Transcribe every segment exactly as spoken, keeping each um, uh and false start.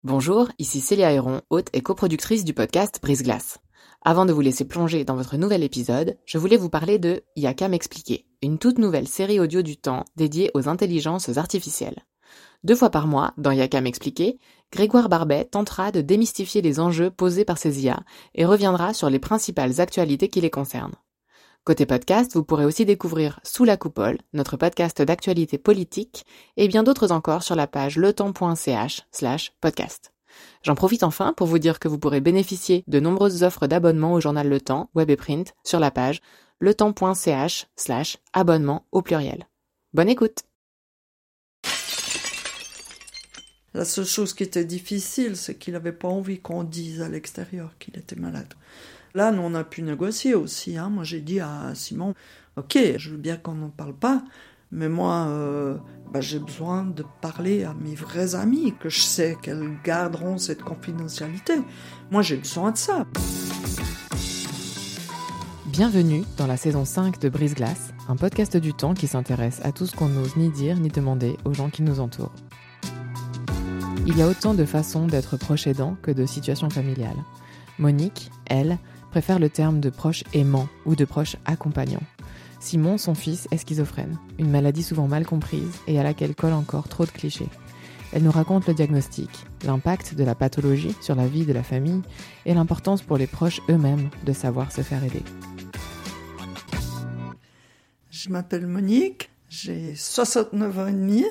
Bonjour, ici Célia Héron, hôte et coproductrice du podcast Brise-Glace. Avant de vous laisser plonger dans votre nouvel épisode, je voulais vous parler de Y'a qu'à m'expliquer, une toute nouvelle série audio du temps dédiée aux intelligences artificielles. Deux fois par mois, dans Y'a qu'à m'expliquer, Grégoire Barbet tentera de démystifier les enjeux posés par ces I A et reviendra sur les principales actualités qui les concernent. Côté podcast, vous pourrez aussi découvrir Sous la coupole, notre podcast d'actualité politique, et bien d'autres encore sur la page letemps.ch slash podcast. J'en profite enfin pour vous dire que vous pourrez bénéficier de nombreuses offres d'abonnement au journal Le Temps, web et print, sur la page letemps.ch slash abonnement au pluriel. Bonne écoute! La seule chose qui était difficile, c'est qu'il n'avait pas envie qu'on dise à l'extérieur qu'il était malade. Là, nous, on a pu négocier aussi. Hein. Moi, j'ai dit à Simon, ok, je veux bien qu'on n'en parle pas, mais moi, euh, bah, j'ai besoin de parler à mes vrais amis, que je sais qu'elles garderont cette confidentialité. Moi, j'ai besoin de ça. Bienvenue dans la saison cinq de Brise-Glace, un podcast du temps qui s'intéresse à tout ce qu'on n'ose ni dire ni demander aux gens qui nous entourent. Il y a autant de façons d'être proche aidant que de situations familiales. Monique, elle, préfère le terme de proche aimant ou de proche accompagnant. Simon, son fils, est schizophrène, une maladie souvent mal comprise et à laquelle collent encore trop de clichés. Elle nous raconte le diagnostic, l'impact de la pathologie sur la vie de la famille et l'importance pour les proches eux-mêmes de savoir se faire aider. Je m'appelle Monique, j'ai soixante-neuf ans et demi.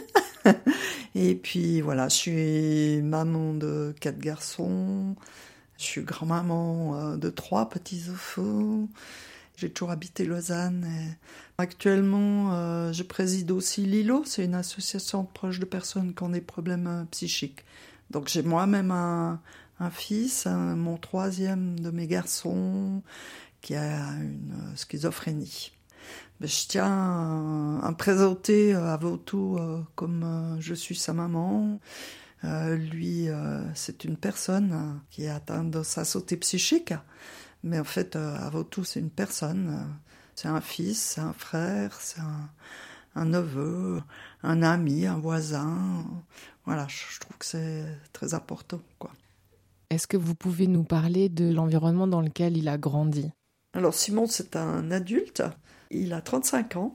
Et puis voilà, je suis maman de quatre garçons. Je suis grand-maman de trois petits-enfants. J'ai toujours habité Lausanne. Et actuellement, euh, je préside aussi l'I L O. C'est une association proche de personnes qui ont des problèmes euh, psychiques. Donc j'ai moi-même un, un fils, un, mon troisième de mes garçons, qui a une euh, schizophrénie. Mais je tiens euh, à me présenter à Vautoux euh, comme euh, je suis sa maman. Euh, lui, euh, c'est une personne euh, qui est atteinte de sa santé psychique, mais en fait, euh, avant tout, c'est une personne. Euh, c'est un fils, c'est un frère, c'est un, un neveu, un ami, un voisin. Voilà, je, je trouve que c'est très important, quoi. Est-ce que vous pouvez nous parler de l'environnement dans lequel il a grandi ? Alors, Simon, c'est un adulte. Il a trente-cinq ans.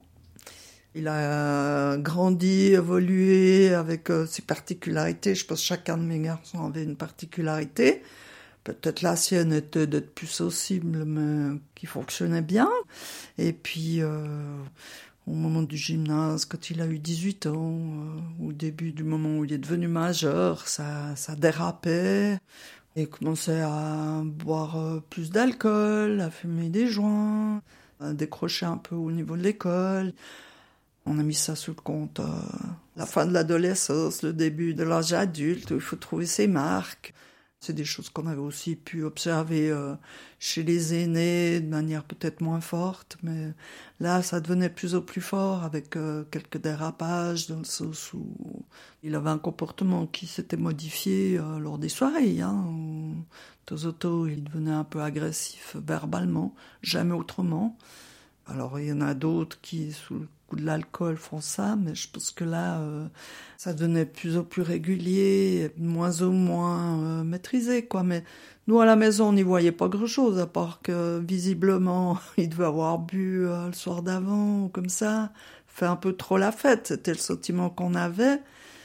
Il a grandi, évolué avec euh, ses particularités. Je pense que chacun de mes garçons avait une particularité. Peut-être la sienne était d'être plus sensible, mais qui fonctionnait bien. Et puis, euh, au moment du gymnase, quand il a eu dix-huit ans, euh, au début du moment où il est devenu majeur, ça, ça dérapait. Il commençait à boire euh, plus d'alcool, à fumer des joints, à décrocher un peu au niveau de l'école. On a mis ça sous le compte. Euh, la fin de l'adolescence, le début de l'âge adulte, où il faut trouver ses marques. C'est des choses qu'on avait aussi pu observer euh, chez les aînés, de manière peut-être moins forte. Mais là, ça devenait de plus en plus fort, avec euh, quelques dérapages, dans le sens où il avait un comportement qui s'était modifié euh, lors des soirées. Hein, où, de temps en temps, il devenait un peu agressif verbalement, jamais autrement. Alors, il y en a d'autres qui, sous le coup de l'alcool, font ça, mais je pense que là, euh, ça devenait de plus en plus régulier, de moins en moins euh, maîtrisé, quoi. Mais nous, à la maison, on n'y voyait pas grand-chose, à part que, visiblement, il devait avoir bu euh, le soir d'avant, ou comme ça, fait un peu trop la fête. C'était le sentiment qu'on avait.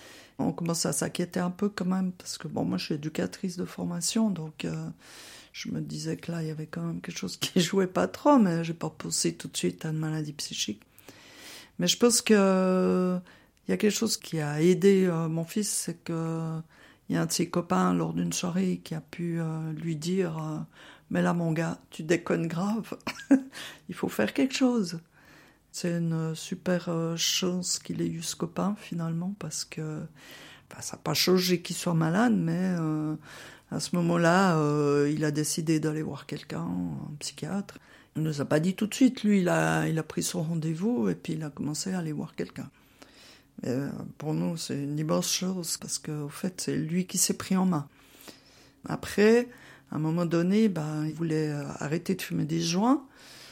On commençait à s'inquiéter un peu quand même, parce que, bon, moi, je suis éducatrice de formation, donc... Euh, je me disais que là, il y avait quand même quelque chose qui jouait pas trop, mais j'ai pas pensé tout de suite à une maladie psychique. Mais je pense que euh, il y a quelque chose qui a aidé euh, mon fils, c'est que il y a un de ses copains lors d'une soirée qui a pu euh, lui dire euh, mais là mon gars, tu déconnes grave, il faut faire quelque chose. C'est une super euh, chance qu'il ait eu ce copain finalement, parce que bah, ça n'a pas changé qu'il soit malade, mais euh, à ce moment-là, euh, il a décidé d'aller voir quelqu'un, un psychiatre. Il ne nous a pas dit tout de suite. Lui, il a, il a pris son rendez-vous et puis il a commencé à aller voir quelqu'un. Et, euh, pour nous, c'est une immense chose parce qu'au fait, c'est lui qui s'est pris en main. Après, à un moment donné, ben, il voulait arrêter de fumer des joints.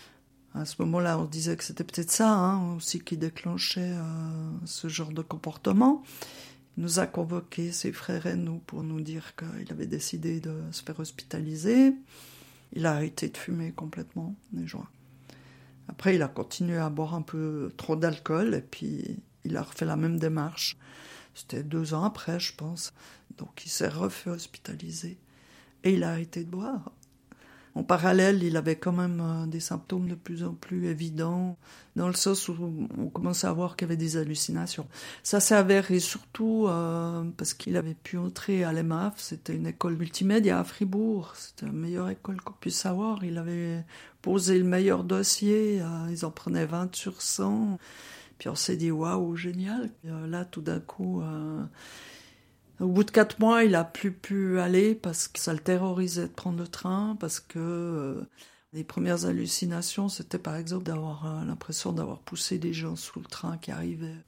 À ce moment-là, on disait que c'était peut-être ça hein, aussi qui déclenchait euh, ce genre de comportement. Il nous a convoqués, ses frères et nous, pour nous dire qu'il avait décidé de se faire hospitaliser. Il a arrêté de fumer complètement, les joints. Après, il a continué à boire un peu trop d'alcool et puis il a refait la même démarche. C'était deux ans après, je pense. Donc, il s'est refait hospitaliser et il a arrêté de boire. En parallèle, il avait quand même des symptômes de plus en plus évidents, dans le sens où on commençait à voir qu'il y avait des hallucinations. Ça s'est avéré surtout euh, parce qu'il avait pu entrer à l'E M A F, c'était une école multimédia à Fribourg, c'était la meilleure école qu'on puisse avoir. Il avait posé le meilleur dossier, euh, ils en prenaient vingt sur cent. Puis on s'est dit, waouh, génial. Et euh, là, tout d'un coup... Euh, Au bout de quatre mois, il a plus pu aller parce que ça le terrorisait de prendre le train, parce que euh, les premières hallucinations, c'était par exemple d'avoir euh, l'impression d'avoir poussé des gens sous le train qui arrivaient.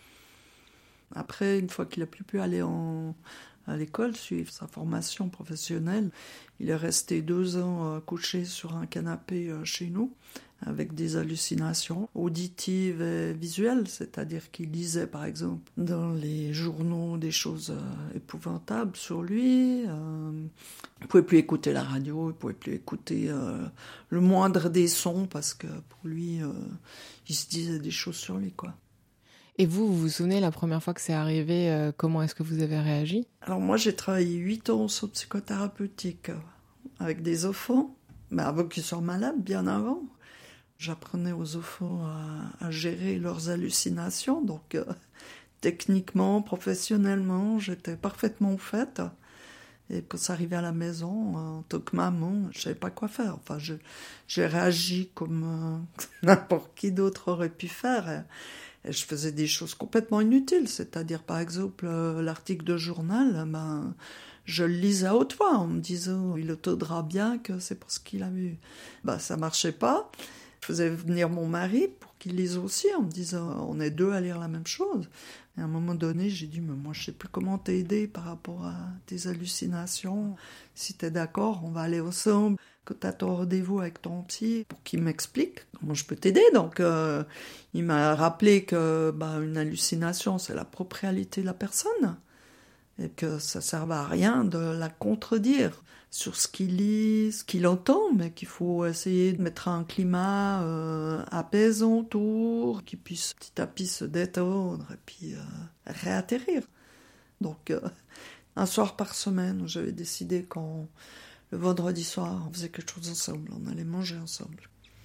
Après, une fois qu'il a plus pu aller en, à l'école, suivre sa formation professionnelle, il est resté deux ans euh, couché sur un canapé euh, chez nous, avec des hallucinations auditives et visuelles, c'est-à-dire qu'il lisait par exemple dans les journaux des choses euh, épouvantables sur lui, euh, il ne pouvait plus écouter la radio, il ne pouvait plus écouter euh, le moindre des sons parce que pour lui, euh, il se disait des choses sur lui, quoi. Et vous, vous vous souvenez la première fois que c'est arrivé, euh, comment est-ce que vous avez réagi ? Alors moi j'ai travaillé huit ans sur psychothérapeutique euh, avec des enfants, mais avant qu'ils soient malades, bien avant. J'apprenais aux enfants à, à gérer leurs hallucinations, donc euh, techniquement, professionnellement, j'étais parfaitement au fait. Et quand ça arrivait à la maison, en tant que maman, je ne savais pas quoi faire. Enfin, je, j'ai réagi comme euh, n'importe qui d'autre aurait pu faire. Et, et je faisais des choses complètement inutiles, c'est-à-dire, par exemple, euh, l'article de journal, ben, je le lisais à haute voix en me disant « il autodra bien que c'est pour ce qu'il a vu ». Ben, ça ne marchait pas. Je faisais venir mon mari pour qu'il lise aussi en me disant on est deux à lire la même chose. Et à un moment donné, j'ai dit mais moi je sais plus comment t'aider par rapport à tes hallucinations. Si t'es d'accord, on va aller ensemble. Que t'as ton rendez-vous avec ton psy pour qu'il m'explique comment je peux t'aider. Donc euh, il m'a rappelé que bah, une hallucination c'est la propre réalité de la personne et que ça ne servait à rien de la contredire sur ce qu'il lit, ce qu'il entend, mais qu'il faut essayer de mettre un climat euh, apaisant autour, qu'il puisse petit à petit se détendre et puis euh, réatterrir. Donc, euh, un soir par semaine, j'avais décidé quand le vendredi soir, on faisait quelque chose ensemble, on allait manger ensemble.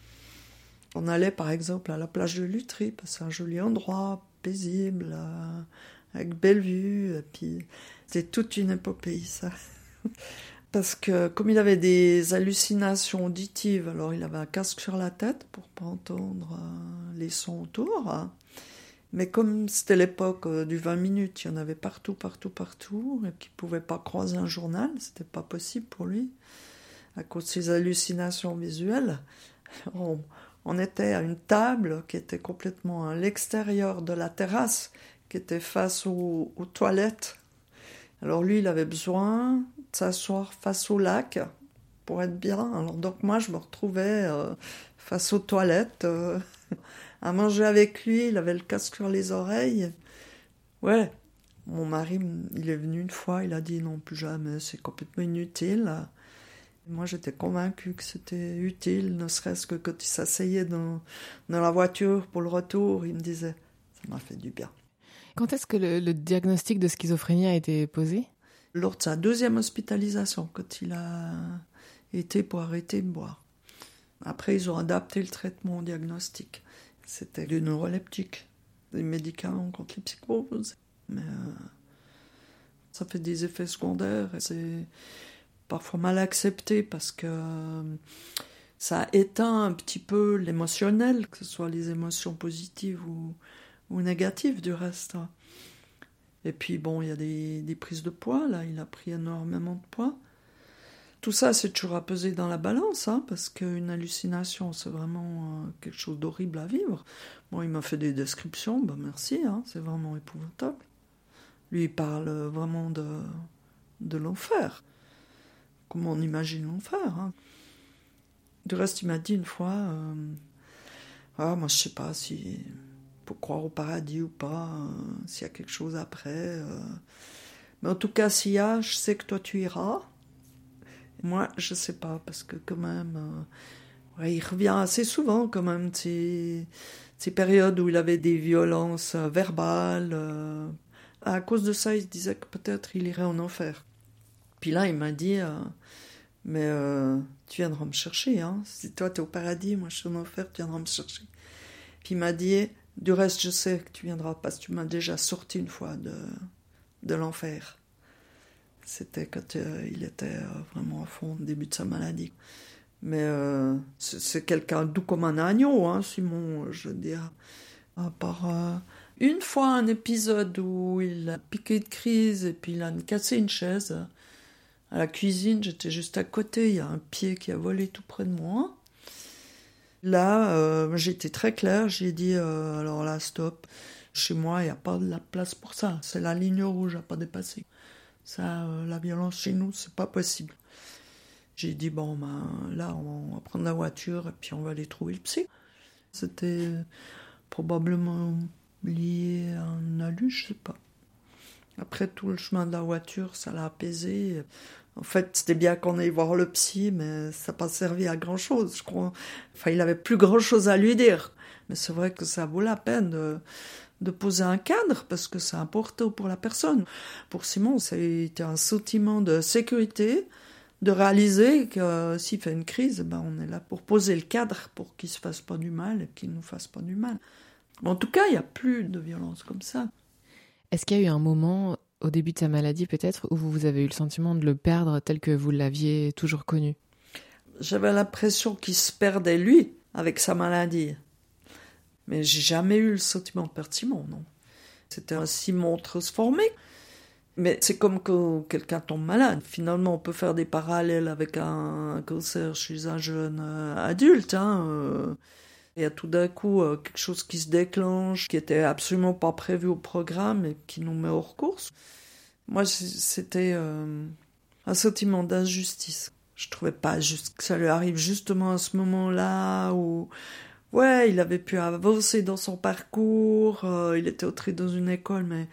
On allait par exemple à la plage de Lutry, parce que c'est un joli endroit, paisible, euh, avec belle vue, et puis c'était toute une épopée, ça. Parce que comme il avait des hallucinations auditives, alors il avait un casque sur la tête pour pas entendre euh, les sons autour. Hein. Mais comme c'était l'époque euh, du vingt minutes, il y en avait partout, partout, partout, et qu'il ne pouvait pas croiser un journal, c'était pas possible pour lui, à cause de ses hallucinations visuelles. On, on était à une table qui était complètement à l'extérieur de la terrasse, qui était face aux, aux toilettes. Alors lui, il avait besoin de s'asseoir face au lac pour être bien. Alors donc moi, je me retrouvais euh, face aux toilettes, euh, à manger avec lui. Il avait le casque sur les oreilles. Ouais, mon mari, il est venu une fois, il a dit non, plus jamais, c'est complètement inutile. Moi, j'étais convaincue que c'était utile, ne serait-ce que quand il s'asseyait dans, dans la voiture pour le retour, il me disait, ça m'a fait du bien. Quand est-ce que le, le diagnostic de schizophrénie a été posé ? Lors de sa deuxième hospitalisation, quand il a été pour arrêter de boire. Après, ils ont adapté le traitement au diagnostic. C'était du neuroleptique, des médicaments contre les psychoses. Mais euh, ça fait des effets secondaires et c'est parfois mal accepté parce que euh, ça éteint un petit peu l'émotionnel, que ce soit les émotions positives ou, ou négatives du reste. Et puis bon, il y a des, des prises de poids, là, il a pris énormément de poids. Tout ça, c'est toujours à peser dans la balance, hein, parce qu'une hallucination, c'est vraiment euh, quelque chose d'horrible à vivre. Bon, il m'a fait des descriptions, ben merci, hein, c'est vraiment épouvantable. Lui, il parle vraiment de, de l'enfer. Comment on imagine l'enfer, hein. Du reste, il m'a dit une fois, euh, ah, moi, je sais pas si... faut croire au paradis ou pas, euh, s'il y a quelque chose après. Euh. Mais en tout cas, s'il y a, je sais que toi tu iras. Moi, je sais pas, parce que quand même, euh, ouais, il revient assez souvent quand même, ces, ces périodes où il avait des violences euh, verbales. Euh. À cause de ça, il se disait que peut-être il irait en enfer. Puis là, il m'a dit, euh, mais euh, tu viendras me chercher, hein. Si toi t'es au paradis, moi je suis en enfer, tu viendras me chercher. Puis il m'a dit, du reste, je sais que tu viendras parce que tu m'as déjà sorti une fois de, de l'enfer. C'était quand euh, il était euh, vraiment à fond au début de sa maladie. Mais euh, c'est, c'est quelqu'un doux comme un agneau, hein, Simon, je veux dire. À part euh, une fois un épisode où il a piqué de crise et puis il a cassé une chaise. À la cuisine, j'étais juste à côté, il y a un pied qui a volé tout près de moi. Là, euh, j'étais très claire, j'ai dit, euh, alors là, stop. Chez moi, il n'y a pas de la place pour ça. C'est la ligne rouge à pas dépasser. Ça, euh, la violence chez nous, c'est pas possible. J'ai dit, bon, ben, là, on va prendre la voiture et puis on va aller trouver le psy. C'était probablement lié à un alus, je sais pas. Après, tout le chemin de la voiture, ça l'a apaisé. En fait, c'était bien qu'on aille voir le psy, mais ça n'a pas servi à grand-chose, je crois. Enfin, il n'avait plus grand-chose à lui dire. Mais c'est vrai que ça vaut la peine de, de poser un cadre, parce que c'est important pour la personne. Pour Simon, c'était un sentiment de sécurité, de réaliser que euh, s'il fait une crise, ben, on est là pour poser le cadre, pour qu'il ne se fasse pas du mal et qu'il ne nous fasse pas du mal. En tout cas, il n'y a plus de violence comme ça. Est-ce qu'il y a eu un moment, au début de sa maladie peut-être, où vous avez eu le sentiment de le perdre tel que vous l'aviez toujours connu ? J'avais l'impression qu'il se perdait, lui, avec sa maladie. Mais j'ai jamais eu le sentiment de perdre Simon, non. C'était un Simon transformé. Mais c'est comme quand quelqu'un tombe malade. Finalement, on peut faire des parallèles avec un cancer chez un jeune euh, adulte, hein. Euh, il y a tout d'un coup euh, quelque chose qui se déclenche, qui était absolument pas prévu au programme et qui nous met hors course. Moi, c'était euh, un sentiment d'injustice. Je trouvais pas juste que ça lui arrive justement à ce moment-là où, ouais, il avait pu avancer dans son parcours, euh, il était entré dans une école, mais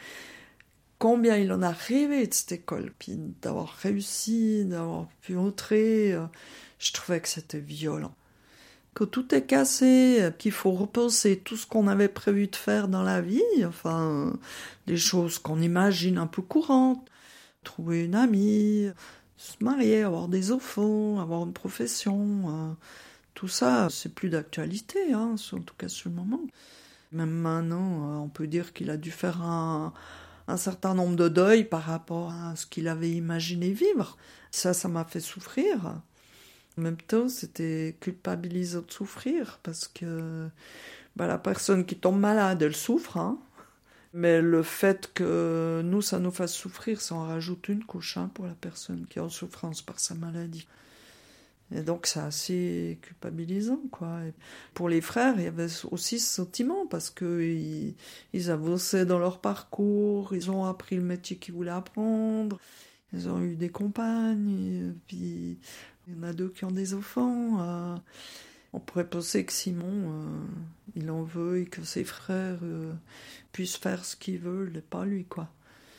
combien il en a rêvé de cette école, puis d'avoir réussi, d'avoir pu entrer, euh, je trouvais que c'était violent. Que tout est cassé, qu'il faut repenser tout ce qu'on avait prévu de faire dans la vie, enfin, des choses qu'on imagine un peu courantes, trouver une amie, se marier, avoir des enfants, avoir une profession, euh, tout ça, c'est plus d'actualité, hein, en tout cas sur le moment. Même maintenant, euh, on peut dire qu'il a dû faire un, un certain nombre de deuils par rapport à ce qu'il avait imaginé vivre. Ça, ça m'a fait souffrir. En même temps, c'était culpabilisant de souffrir parce que bah, la personne qui tombe malade, elle souffre. Hein. Mais le fait que nous, ça nous fasse souffrir, ça en rajoute une couche hein, pour la personne qui est en souffrance par sa maladie. Et donc, c'est assez culpabilisant, quoi. Et pour les frères, il y avait aussi ce sentiment parce qu'ils ils avançaient dans leur parcours, ils ont appris le métier qu'ils voulaient apprendre, ils ont eu des compagnes, et puis il y en a deux qui ont des enfants. Euh, on pourrait penser que Simon, euh, il en veut et que ses frères euh, puissent faire ce qu'ils veulent et pas lui, quoi.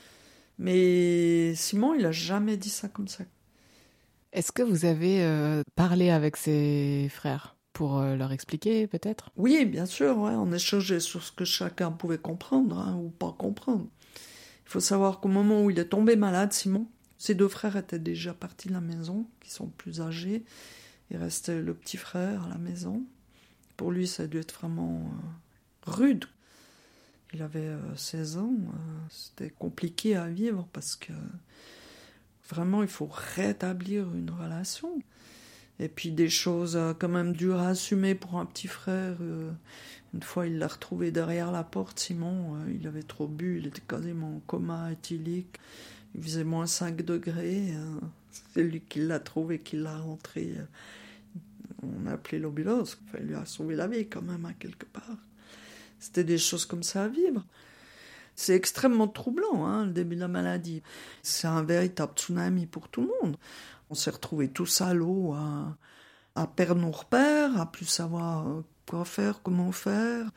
Mais Simon, il a jamais dit ça comme ça. Est-ce que vous avez euh, parlé avec ses frères pour euh, leur expliquer, peut-être ? Oui, bien sûr, ouais, on échangeait sur ce que chacun pouvait comprendre hein, ou pas comprendre. Il faut savoir qu'au moment où il est tombé malade, Simon, ses deux frères étaient déjà partis de la maison, qui sont plus âgés. Il restait le petit frère à la maison. Pour lui, ça a dû être vraiment euh, rude. Il avait euh, seize ans. Euh, c'était compliqué à vivre parce que vraiment, il faut rétablir une relation. Et puis des choses euh, quand même dures à assumer pour un petit frère. Euh, une fois, il l'a retrouvé derrière la porte, Simon. Euh, il avait trop bu, il était quasiment en coma éthylique. Il faisait moins cinq degrés. Euh, c'est lui qui l'a trouvé, qui l'a rentré. Euh, on a appelé l'ambulance. Enfin, il lui a sauvé la vie quand même, à quelque part. C'était des choses comme ça à vivre. C'est extrêmement troublant, hein, le début de la maladie. C'est un véritable tsunami pour tout le monde. On s'est retrouvés tous à l'eau, à, à perdre nos repères, à plus savoir quoi faire, comment faire.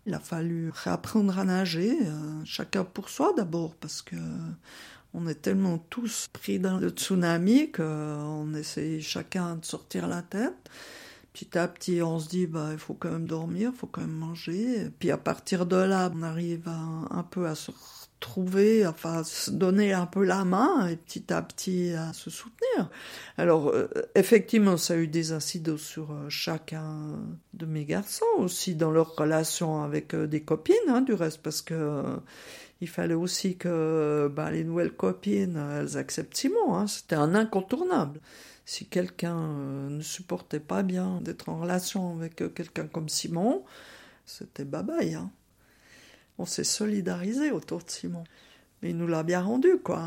Il a fallu réapprendre à nager, euh, chacun pour soi d'abord, parce que on est tellement tous pris dans le tsunami qu'on essaie chacun de sortir la tête. Petit à petit, on se dit, bah, il faut quand même dormir, il faut quand même manger. Et puis à partir de là, on arrive à, un peu à se retrouver, enfin à se donner un peu la main et petit à petit à se soutenir. Alors euh, effectivement, ça a eu des incidents sur euh, chacun de mes garçons, aussi dans leur relation avec euh, des copines, hein, du reste, parce que euh, il fallait aussi que bah, les nouvelles copines, elles acceptent Simon, hein, c'était un incontournable. Si quelqu'un euh, ne supportait pas bien d'être en relation avec euh, quelqu'un comme Simon, c'était bye-bye. Hein. On s'est solidarisé autour de Simon. Mais il nous l'a bien rendu, quoi.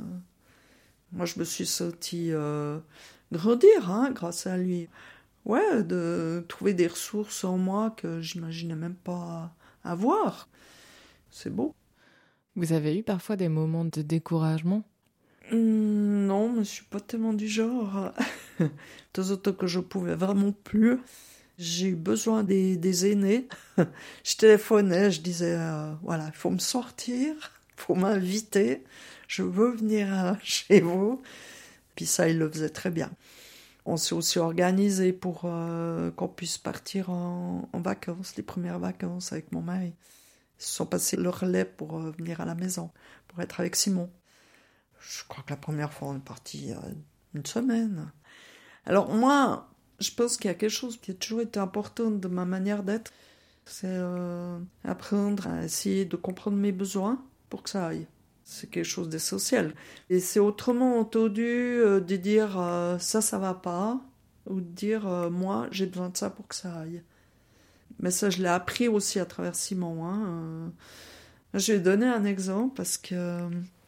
Moi, je me suis sentie euh, grandir hein, grâce à lui. Ouais, de trouver des ressources en moi que j'imaginais même pas avoir. C'est beau. Vous avez eu parfois des moments de découragement ? Mmh, non, mais je suis pas tellement du genre. Deux autres que je pouvais vraiment plus. J'ai eu besoin des, des aînés. Je téléphonais, je disais, euh, voilà, il faut me sortir, il faut m'inviter, je veux venir euh, chez vous. Puis ça, il le faisait très bien. On s'est aussi organisé pour euh, qu'on puisse partir en, en vacances, les premières vacances avec mon mari. Ils se sont passés le relais pour euh, venir à la maison, pour être avec Simon. Je crois que la première fois, on est parti euh, une semaine. Alors moi, je pense qu'il y a quelque chose qui a toujours été important de ma manière d'être. C'est euh, apprendre à essayer de comprendre mes besoins pour que ça aille. C'est quelque chose d'essentiel. Et c'est autrement entendu euh, de dire euh, ça, ça va pas, ou de dire euh, moi, j'ai besoin de ça pour que ça aille. Mais ça, je l'ai appris aussi à travers Simon. Hein. Euh, je vais donner un exemple parce que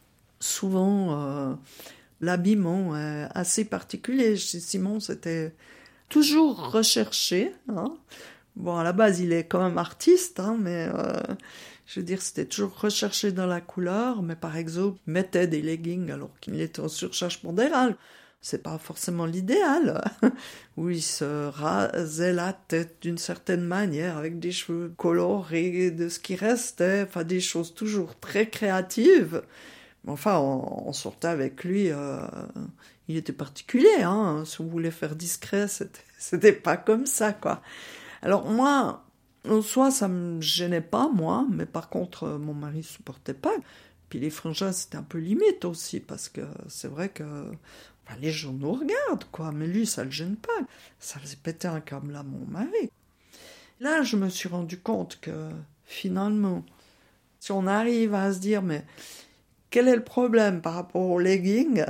souvent, euh, l'habillement est assez particulier. Chez Simon, c'était toujours recherché. Hein. Bon, à la base, il est quand même artiste, hein, mais euh, je veux dire, c'était toujours recherché dans la couleur. Mais par exemple, il mettait des leggings alors qu'il était en surcharge pondérale. C'est pas forcément l'idéal. Où il se rasait la tête d'une certaine manière, avec des cheveux colorés de ce qui restait. Enfin, des choses toujours très créatives. Enfin, on, on sortait avec lui, euh, il était particulier, hein. Si on voulait faire discret, c'était, c'était pas comme ça, quoi. Alors moi, en soi, ça me gênait pas, moi, mais par contre, mon mari supportait pas. Puis les frangins, c'était un peu limite aussi, parce que c'est vrai que enfin, les gens nous regardent, quoi, mais lui, ça le gêne pas. Ça faisait péter un câble à mon mari. Là, je me suis rendu compte que, finalement, si on arrive à se dire, mais quel est le problème par rapport aux leggings?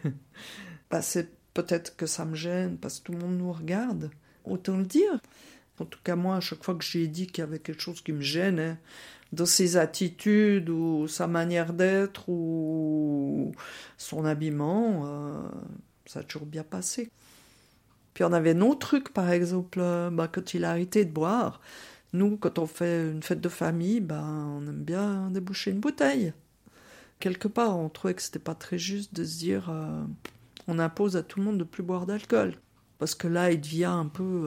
bah, c'est peut-être que ça me gêne parce que tout le monde nous regarde. Autant le dire. En tout cas, moi, à chaque fois que j'ai dit qu'il y avait quelque chose qui me gênait, dans ses attitudes ou sa manière d'être ou son habillement, euh, ça a toujours bien passé. Puis on avait nos trucs, par exemple, euh, bah, quand il a arrêté de boire. Nous, quand on fait une fête de famille, bah, on aime bien déboucher une bouteille. Quelque part, on trouvait que c'était pas très juste de se dire euh, on impose à tout le monde de plus boire d'alcool. Parce que là, il devient un peu euh,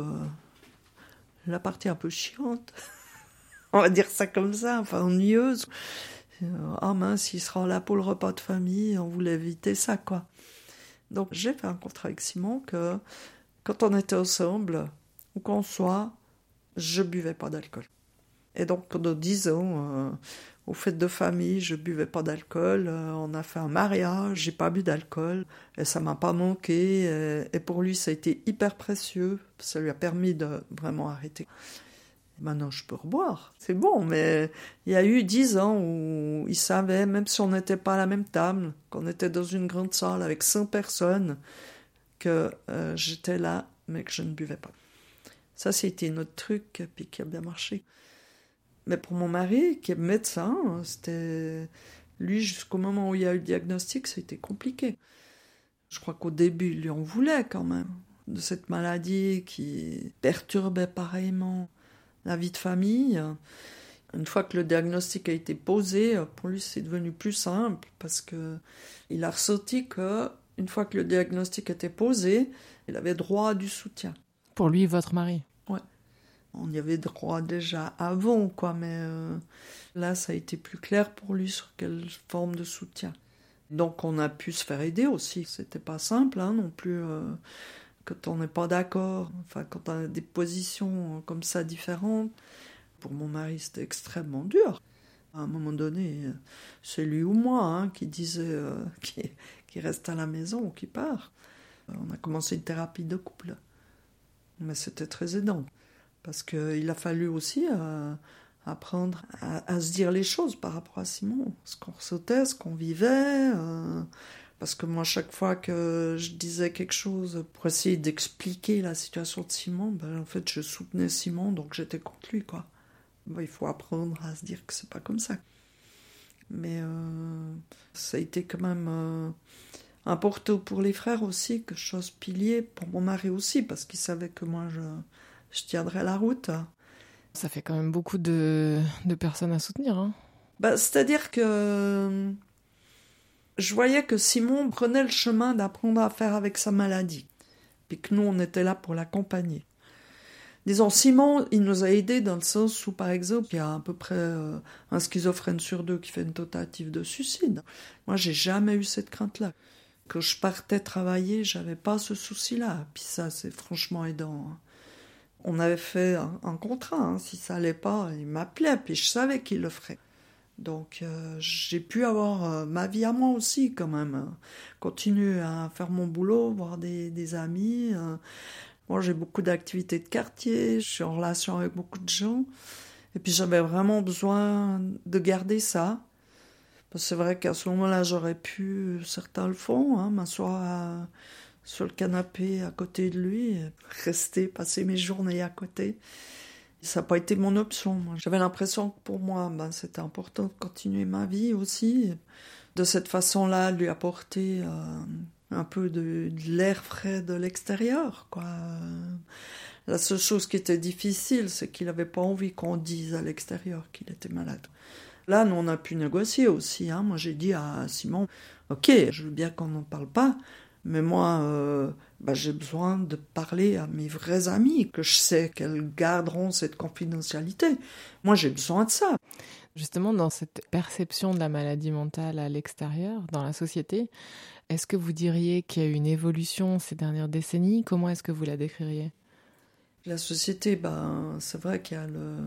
la partie un peu chiante. On va dire ça comme ça, enfin ennuyeuse. Ah mince, il sera là pour le repas de famille, on voulait éviter ça, quoi. Donc j'ai fait un contrat avec Simon que quand on était ensemble, où qu'on soit, je buvais pas d'alcool. Et donc pendant dix ans, euh, aux fêtes de famille, je buvais pas d'alcool. Euh, on a fait un mariage, j'ai pas bu d'alcool. Et ça m'a pas manqué. Et, et pour lui, ça a été hyper précieux. Ça lui a permis de vraiment arrêter. Maintenant, je peux reboire. C'est bon, mais il y a eu dix ans où il savait, même si on n'était pas à la même table, qu'on était dans une grande salle avec cent personnes, que euh, j'étais là, mais que je ne buvais pas. Ça, c'était notre truc, puis qui a bien marché. Mais pour mon mari, qui est médecin, c'était... Lui, jusqu'au moment où il y a eu le diagnostic, c'était compliqué. Je crois qu'au début, il lui en voulait quand même, de cette maladie qui perturbait pareillement la vie de famille. Une fois que le diagnostic a été posé, pour lui, c'est devenu plus simple, parce que il a ressenti que, une fois que le diagnostic était posé, il avait droit à du soutien. Pour lui, votre mari ? Ouais. On y avait droit déjà avant, quoi, mais euh, là, ça a été plus clair pour lui sur quelle forme de soutien. Donc, on a pu se faire aider aussi. C'était pas simple, hein, non plus, euh, quand on n'est pas d'accord, enfin, quand on a des positions comme ça différentes. Pour mon mari, c'était extrêmement dur. À un moment donné, c'est lui ou moi hein, qui disait euh, qu'il qui reste à la maison ou qui part. On a commencé une thérapie de couple. Mais c'était très aidant. Parce qu'il a fallu aussi euh, apprendre à, à se dire les choses par rapport à Simon. Ce qu'on ressentait, ce qu'on vivait. Euh, parce que moi, chaque fois que je disais quelque chose pour essayer d'expliquer la situation de Simon, ben, en fait, je soutenais Simon, donc j'étais contre lui, quoi. Bon, il faut apprendre à se dire que c'est pas comme ça. Mais euh, ça a été quand même euh, important pour les frères aussi, quelque chose pilier, pour mon mari aussi, parce qu'il savait que moi, je... je tiendrai la route. Ça fait quand même beaucoup de, de personnes à soutenir. Hein. Bah, c'est-à-dire que je voyais que Simon prenait le chemin d'apprendre à faire avec sa maladie. Puis que nous, on était là pour l'accompagner. Disons, Simon, il nous a aidés dans le sens où, par exemple, il y a à peu près euh, un schizophrène sur deux qui fait une tentative de suicide. Moi, j'ai jamais eu cette crainte-là. Quand je partais travailler, j'avais pas ce souci-là. Puis ça, c'est franchement aidant. Hein. On avait fait un, un contrat, hein. Si ça allait pas, il m'appelait, puis je savais qu'il le ferait. Donc euh, j'ai pu avoir euh, ma vie à moi aussi quand même. Euh, continuer à faire mon boulot, voir des, des amis. Euh. Moi j'ai beaucoup d'activités de quartier, je suis en relation avec beaucoup de gens. Et puis j'avais vraiment besoin de garder ça. Parce que c'est vrai qu'à ce moment-là, j'aurais pu, certains le font, hein, m'asseoir à... sur le canapé à côté de lui, rester, passer mes journées à côté. Ça n'a pas été mon option. Moi. J'avais l'impression que pour moi, ben, c'était important de continuer ma vie aussi. De cette façon-là, lui apporter euh, un peu de, de l'air frais de l'extérieur, quoi. La seule chose qui était difficile, c'est qu'il n'avait pas envie qu'on dise à l'extérieur qu'il était malade. Là, nous, on a pu négocier aussi. Hein. Moi, j'ai dit à Simon, « Ok, je veux bien qu'on n'en parle pas, mais moi, euh, bah, j'ai besoin de parler à mes vrais amis, que je sais qu'elles garderont cette confidentialité. Moi, j'ai besoin de ça. » Justement, dans cette perception de la maladie mentale à l'extérieur, dans la société, est-ce que vous diriez qu'il y a eu une évolution ces dernières décennies ? Comment est-ce que vous la décririez ? La société, ben, c'est vrai qu'il y a le...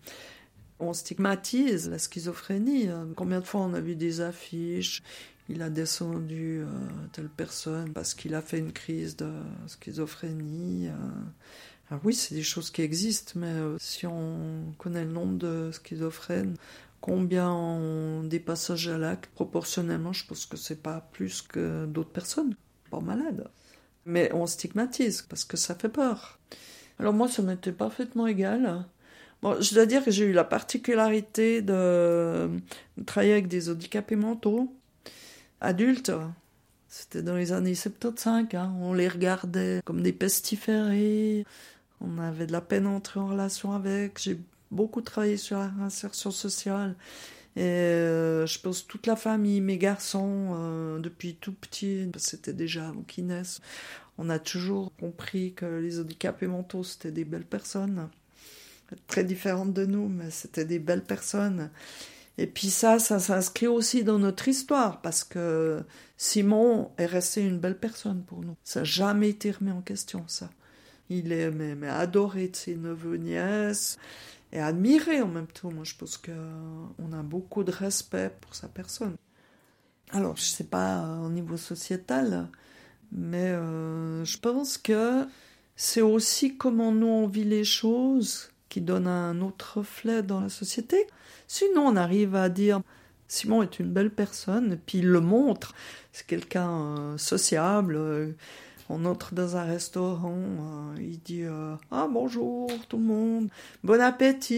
On stigmatise la schizophrénie. Combien de fois on a vu des affiches ? Il a descendu euh, telle personne parce qu'il a fait une crise de schizophrénie. Euh. Alors oui, c'est des choses qui existent, mais euh, si on connaît le nombre de schizophrènes, combien ont des passages à l'acte, proportionnellement, je pense que c'est pas plus que d'autres personnes, pas malades. Mais on stigmatise parce que ça fait peur. Alors moi, ça m'était parfaitement égal. Bon, je dois dire que j'ai eu la particularité de travailler avec des handicapés mentaux. Adultes, c'était dans les années soixante-quinze, hein, on les regardait comme des pestiférés, on avait de la peine à entrer en relation avec, j'ai beaucoup travaillé sur la réinsertion sociale, et euh, je pense toute la famille, mes garçons, euh, depuis tout petit, c'était déjà avant qu'ils naissent, on a toujours compris que les handicapés mentaux, c'était des belles personnes, très différentes de nous, mais c'était des belles personnes. Et puis ça, ça s'inscrit aussi dans notre histoire, parce que Simon est resté une belle personne pour nous. Ça n'a jamais été remis en question, ça. Il est mais, mais adoré de ses neveux, nièces, et admiré en même temps. Moi, je pense qu'on a beaucoup de respect pour sa personne. Alors, je ne sais pas au niveau sociétal, mais euh, je pense que c'est aussi comment nous on vit les choses qui donne un autre reflet dans la société. Sinon, on arrive à dire Simon est une belle personne, et puis il le montre. C'est quelqu'un euh, sociable. Euh, on entre dans un restaurant, euh, il dit euh, ah bonjour tout le monde, bon appétit,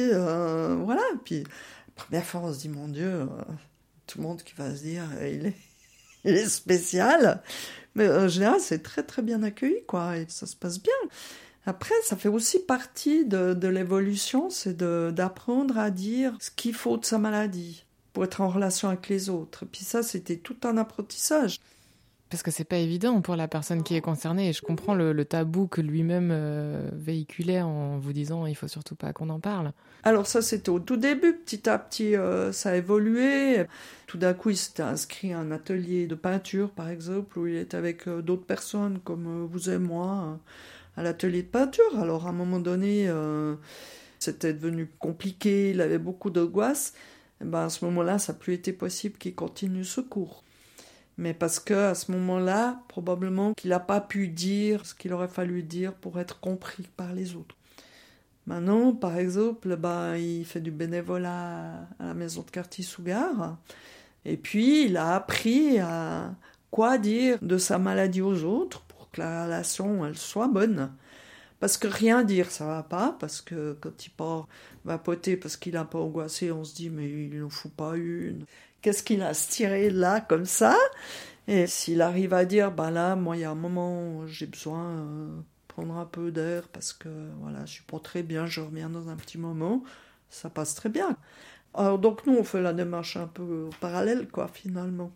euh, voilà. Puis la première fois, on se dit mon Dieu, euh, tout le monde qui va se dire euh, il est, il est spécial. Mais en général, c'est très très bien accueilli, quoi, et ça se passe bien. Après, ça fait aussi partie de, de l'évolution, c'est de, d'apprendre à dire ce qu'il faut de sa maladie pour être en relation avec les autres. Et puis ça, c'était tout un apprentissage. Parce que c'est pas évident pour la personne qui est concernée, et je comprends le, le tabou que lui-même euh, véhiculait en vous disant il faut surtout pas qu'on en parle. Alors ça, c'était au tout début. Petit à petit, euh, ça a évolué. Tout d'un coup, il s'était inscrit à un atelier de peinture, par exemple, où il était avec euh, d'autres personnes comme euh, vous et moi, euh, à l'atelier de peinture. Alors à un moment donné, euh, c'était devenu compliqué, il avait beaucoup d'angoisse. Et ben, à ce moment-là, ça n'a plus été possible qu'il continue ce cours. Mais parce qu'à ce moment-là, probablement qu'il n'a pas pu dire ce qu'il aurait fallu dire pour être compris par les autres. Maintenant, par exemple, ben, il fait du bénévolat à la maison de quartier sous gare. Et puis, il a appris à quoi dire de sa maladie aux autres pour que la relation elle soit bonne. Parce que rien dire, ça va pas. Parce que quand il part vapoter parce qu'il a pas angoissé, on se dit, mais il ne fout pas une. Qu'est-ce qu'il a à se tirer là, comme ça? Et s'il arrive à dire, ben là, moi, il y a un moment où j'ai besoin de euh, prendre un peu d'air parce que, voilà, je suis pas très bien, je reviens dans un petit moment, ça passe très bien. Alors, donc, nous, on fait la démarche un peu parallèle, quoi, finalement.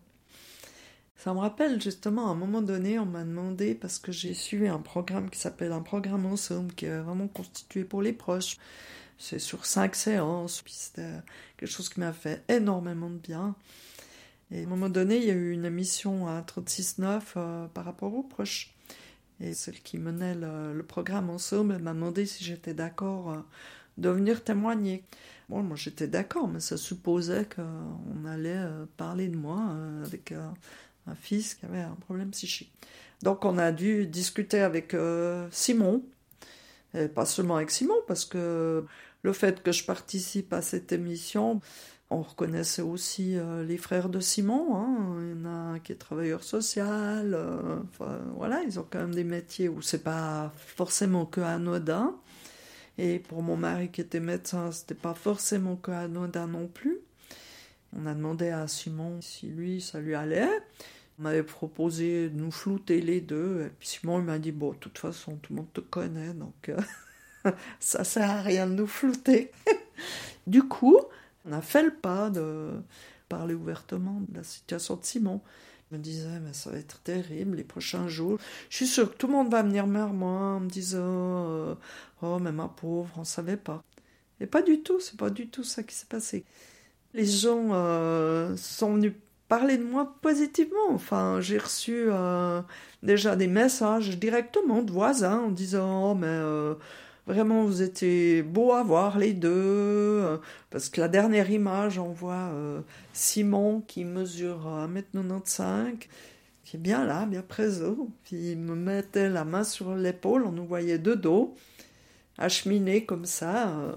Ça me rappelle, justement, à un moment donné, on m'a demandé, parce que j'ai suivi un programme qui s'appelle un programme ensemble, qui est vraiment constitué pour les proches. C'est sur cinq séances, puis c'était quelque chose qui m'a fait énormément de bien. Et à un moment donné, il y a eu une émission à trente-six neuf euh, par rapport aux proches. Et celle qui menait le, le programme ensemble, elle m'a demandé si j'étais d'accord euh, de venir témoigner. Bon, moi j'étais d'accord, mais ça supposait qu'on allait euh, parler de moi euh, avec euh, un fils qui avait un problème psychique. Donc on a dû discuter avec euh, Simon. Et pas seulement avec Simon, parce que le fait que je participe à cette émission, on reconnaissait aussi euh, les frères de Simon. Hein. Il y en a un qui est travailleur social. Euh, enfin, voilà, ils ont quand même des métiers où c'est pas forcément que anodin. Et pour mon mari qui était médecin, c'était pas forcément que anodin non plus. On a demandé à Simon si lui, ça lui allait. On m'avait proposé de nous flouter les deux. Et puis Simon, il m'a dit, bon, de toute façon, tout le monde te connaît, donc euh, ça sert à rien de nous flouter. Du coup, on a fait le pas de parler ouvertement de la situation de Simon. Je me disais, mais ça va être terrible les prochains jours. Je suis sûre que tout le monde va venir vers moi en me disant, euh, oh, mais ma pauvre, on ne savait pas. Et pas du tout, c'est pas du tout ça qui s'est passé. Les gens euh, sont venus parler de moi positivement. Enfin, j'ai reçu euh, déjà des messages directement de voisins en disant oh, mais euh, vraiment vous étiez beaux à voir les deux. Euh, parce que la dernière image, on voit euh, Simon qui mesure un mètre quatre-vingt-quinze, qui est bien là, bien présent. Puis il me mettait la main sur l'épaule, on nous voyait de dos, acheminer comme ça. Euh,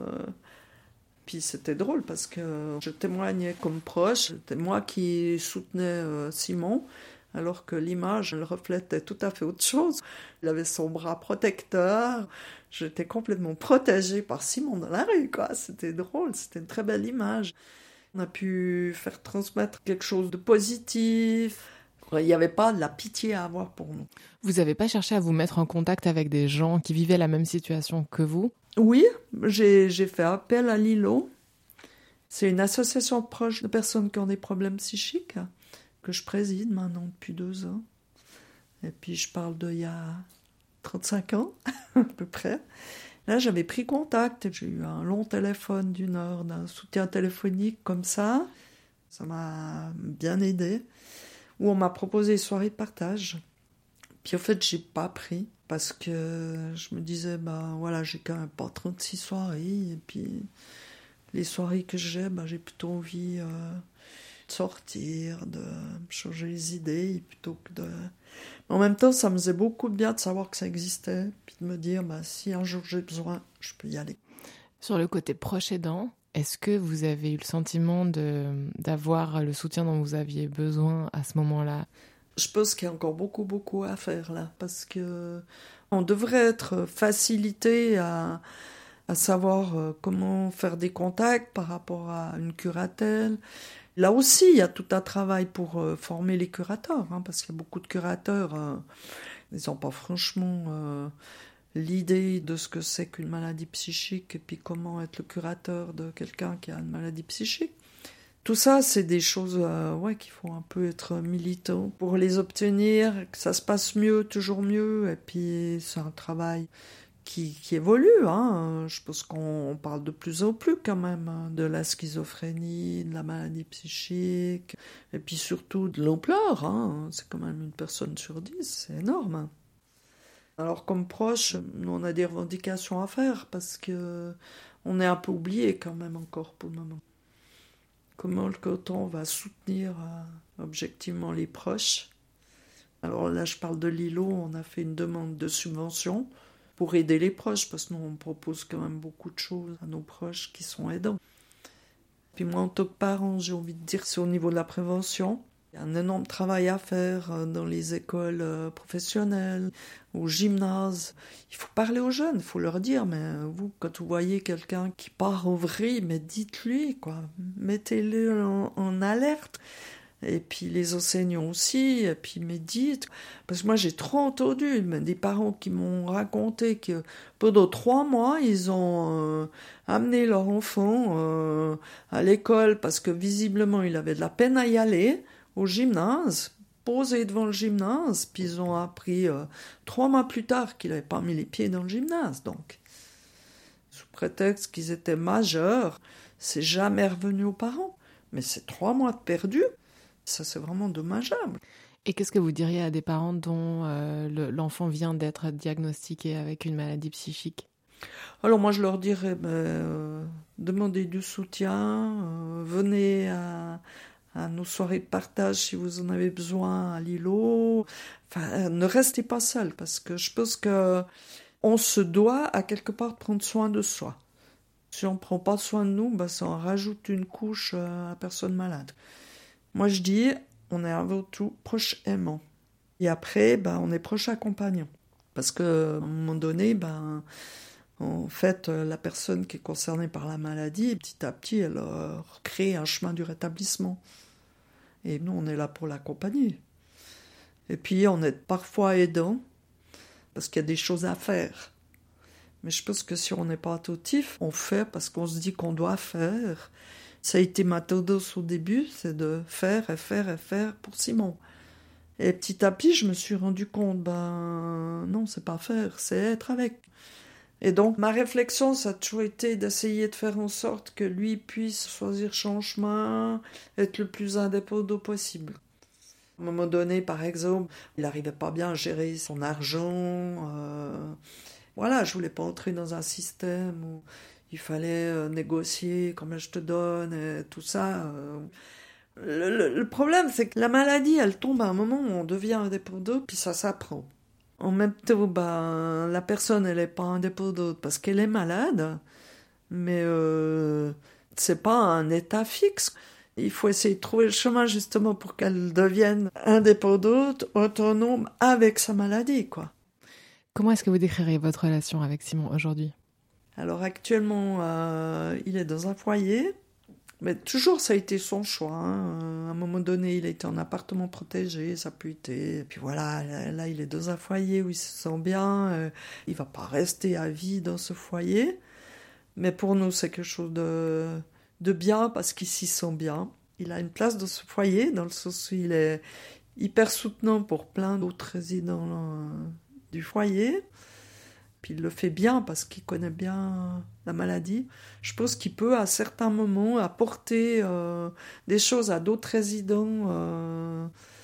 Puis c'était drôle parce que je témoignais comme proche, c'était moi qui soutenais euh, Simon, alors que l'image, elle reflétait tout à fait autre chose. Il avait son bras protecteur, j'étais complètement protégée par Simon dans la rue, quoi. C'était drôle, c'était une très belle image. On a pu faire transmettre quelque chose de positif. Il n'y avait pas de la pitié à avoir pour nous. Vous n'avez pas cherché à vous mettre en contact avec des gens qui vivaient la même situation que vous ? Oui, j'ai, j'ai fait appel à l'I L O. C'est une association proche de personnes qui ont des problèmes psychiques que je préside maintenant depuis deux ans. Et puis je parle d'il y a trente-cinq ans, à peu près. Là, j'avais pris contact et j'ai eu un long téléphone d'une heure d'un soutien téléphonique comme ça. Ça m'a bien aidé. Où on m'a proposé une soirée de partage. Puis en fait, j'ai pas pris parce que je me disais, bah voilà, j'ai quand même pas trente-six soirées. Et puis les soirées que j'ai, bah, j'ai plutôt envie euh, de sortir, de changer les idées plutôt que de... Mais en même temps, ça me faisait beaucoup de bien de savoir que ça existait. Puis de me dire, bah, si un jour j'ai besoin, je peux y aller. Sur le côté proche aidant, est-ce que vous avez eu le sentiment de, d'avoir le soutien dont vous aviez besoin à ce moment-là ? Je pense qu'il y a encore beaucoup, beaucoup à faire là, parce que on devrait être facilité à, à savoir comment faire des contacts par rapport à une curatelle. Là aussi, il y a tout un travail pour former les curateurs, hein, parce qu'il y a beaucoup de curateurs, euh, ils n'ont pas franchement euh, l'idée de ce que c'est qu'une maladie psychique et puis comment être le curateur de quelqu'un qui a une maladie psychique. Tout ça, c'est des choses euh, ouais, qu'il faut un peu être militant pour les obtenir, que ça se passe mieux, toujours mieux. Et puis, c'est un travail qui, qui évolue. Hein. Je pense qu'on parle de plus en plus quand même hein, de la schizophrénie, de la maladie psychique, et puis surtout de l'ampleur. Hein. C'est quand même une personne sur dix, c'est énorme. Alors comme proche, nous on a des revendications à faire parce que on est un peu oublié quand même encore pour le moment. Comment le canton va soutenir euh, objectivement les proches. Alors là, je parle de l'I L O, on a fait une demande de subvention pour aider les proches, parce que nous, on propose quand même beaucoup de choses à nos proches qui sont aidants. Puis moi, en tant que parent, j'ai envie de dire que c'est au niveau de la prévention. Il y a un énorme travail à faire dans les écoles professionnelles, au gymnase. Il faut parler aux jeunes, il faut leur dire, mais vous, quand vous voyez quelqu'un qui part en vrille, mais dites-lui, quoi. Mettez-le en, en alerte. Et puis les enseignants aussi, et puis mais dites. Parce que moi, j'ai trop entendu des parents qui m'ont raconté que pendant trois mois, ils ont euh, amené leur enfant euh, à l'école parce que visiblement, il avait de la peine à y aller. Au gymnase, posé devant le gymnase, puis ils ont appris euh, trois mois plus tard qu'il n'avait pas mis les pieds dans le gymnase. Donc, sous prétexte qu'ils étaient majeurs, c'est jamais revenu aux parents. Mais c'est trois mois de perdu, ça c'est vraiment dommageable. Et qu'est-ce que vous diriez à des parents dont euh, le, l'enfant vient d'être diagnostiqué avec une maladie psychique ? Alors moi je leur dirais, ben, euh, demandez du soutien, euh, venez à... à nos soirées de partage si vous en avez besoin à l'I L O. Enfin, ne restez pas seul parce que je pense que on se doit à quelque part de prendre soin de soi. Si on ne prend pas soin de nous, ben ça en rajoute une couche à la personne malade. Moi je dis, on est avant tout proche aimant. Et après, ben, on est proche accompagnant. Parce qu'à un moment donné, ben, en fait, la personne qui est concernée par la maladie, petit à petit, elle crée un chemin du rétablissement. Et nous, on est là pour l'accompagner. Et puis, on est parfois aidant, parce qu'il y a des choses à faire. Mais je pense que si on n'est pas attentif, on fait parce qu'on se dit qu'on doit faire. Ça a été ma tendance au début, c'est de faire et faire et faire pour Simon. Et petit à petit, je me suis rendu compte, ben non, c'est pas faire, c'est être avec. Et donc, ma réflexion, ça a toujours été d'essayer de faire en sorte que lui puisse choisir son chemin, être le plus indépendant possible. À un moment donné, par exemple, il n'arrivait pas bien à gérer son argent. Euh... Voilà, je voulais pas entrer dans un système où il fallait euh, négocier combien je te donne, et tout ça. Euh... Le, le, le problème, c'est que la maladie, elle tombe à un moment où on devient indépendant, puis ça s'apprend. En même temps, ben, la personne, elle n'est pas indépendante parce qu'elle est malade, mais euh, c'est pas un état fixe. Il faut essayer de trouver le chemin justement pour qu'elle devienne indépendante, autonome avec sa maladie, quoi. Comment est-ce que vous décrirez votre relation avec Simon aujourd'hui ? Alors actuellement, euh, il est dans un foyer. Mais toujours, ça a été son choix. Hein. À un moment donné, il a été en appartement protégé, ça peut être. Et puis voilà, là, là, il est dans un foyer où il se sent bien. Euh, il va pas rester à vie dans ce foyer. Mais pour nous, c'est quelque chose de, de bien parce qu'il s'y sent bien. Il a une place dans ce foyer, dans le sens où il est hyper soutenant pour plein d'autres résidents euh, du foyer. Puis il le fait bien parce qu'il connaît bien la maladie. Je pense qu'il peut à certains moments apporter euh, des choses à d'autres résidents euh,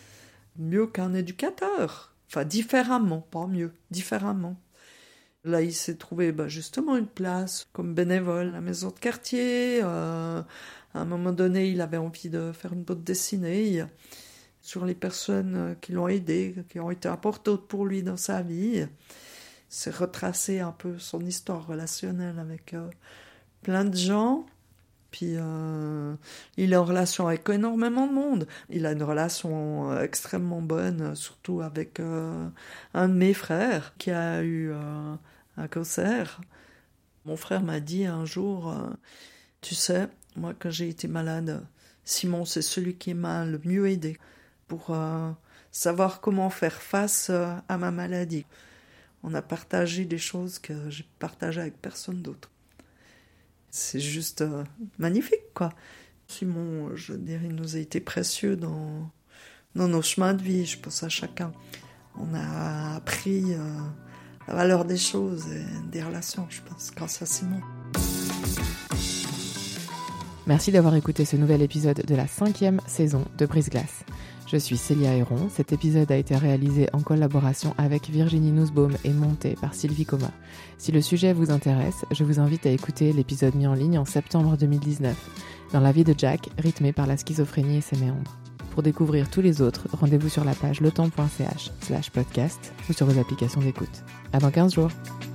mieux qu'un éducateur. Enfin, différemment, pas mieux, différemment. Là, il s'est trouvé bah, justement une place comme bénévole à la maison de quartier. Euh, à un moment donné, il avait envie de faire une bande dessinée sur les personnes qui l'ont aidé, qui ont été importantes pour lui dans sa vie. C'est retracer un peu son histoire relationnelle avec euh, plein de gens. Puis euh, il est en relation avec énormément de monde. Il a une relation euh, extrêmement bonne, surtout avec euh, un de mes frères qui a eu euh, un cancer. Mon frère m'a dit un jour, euh, tu sais, moi quand j'ai été malade, Simon c'est celui qui m'a le mieux aidé pour euh, savoir comment faire face euh, à ma maladie. On a partagé des choses que j'ai partagées avec personne d'autre. C'est juste euh, magnifique, quoi. Simon, je dirais, nous a été précieux dans, dans nos chemins de vie, je pense à chacun. On a appris euh, la valeur des choses et des relations, je pense, grâce à Simon. Merci d'avoir écouté ce nouvel épisode de la cinquième saison de Brise-Glace. Je suis Célia Héron. Cet épisode a été réalisé en collaboration avec Virginie Nussbaum et monté par Sylvie Coma. Si le sujet vous intéresse, je vous invite à écouter l'épisode mis en ligne en septembre deux mille dix-neuf, dans la vie de Jack, rythmé par la schizophrénie et ses méandres. Pour découvrir tous les autres, rendez-vous sur la page letemps point c h slash podcast ou sur vos applications d'écoute. À dans quinze jours.